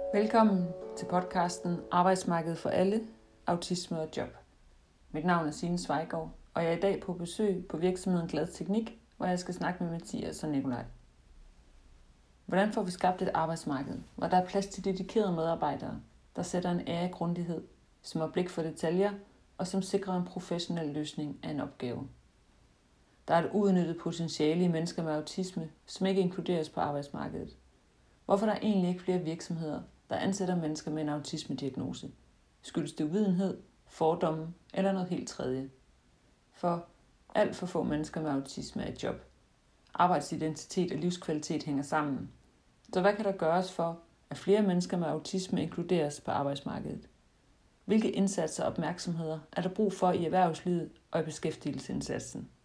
Velkommen til podcasten Arbejdsmarkedet for alle, autisme og job. Mit navn er Signe Svejgaard, og jeg er i dag på besøg på virksomheden Glad Teknik, hvor jeg skal snakke med Mathias og Nikolaj. Hvordan får vi skabt et arbejdsmarked, hvor der er plads til dedikerede medarbejdere, der sætter en ære i grundighed, som har blik for detaljer og som sikrer en professionel løsning af en opgave? Der er et uudnyttet potentiale i mennesker med autisme, som ikke inkluderes på arbejdsmarkedet. Hvorfor er der egentlig ikke flere virksomheder, der ansætter mennesker med en autismediagnose? Skyldes det uvidenhed, fordomme eller noget helt tredje? For alt for få mennesker med autisme er et job. Arbejdsidentitet og livskvalitet hænger sammen. Så hvad kan der gøres for, at flere mennesker med autisme inkluderes på arbejdsmarkedet? Hvilke indsatser og opmærksomheder er der brug for i erhvervslivet og i beskæftigelsesindsatsen?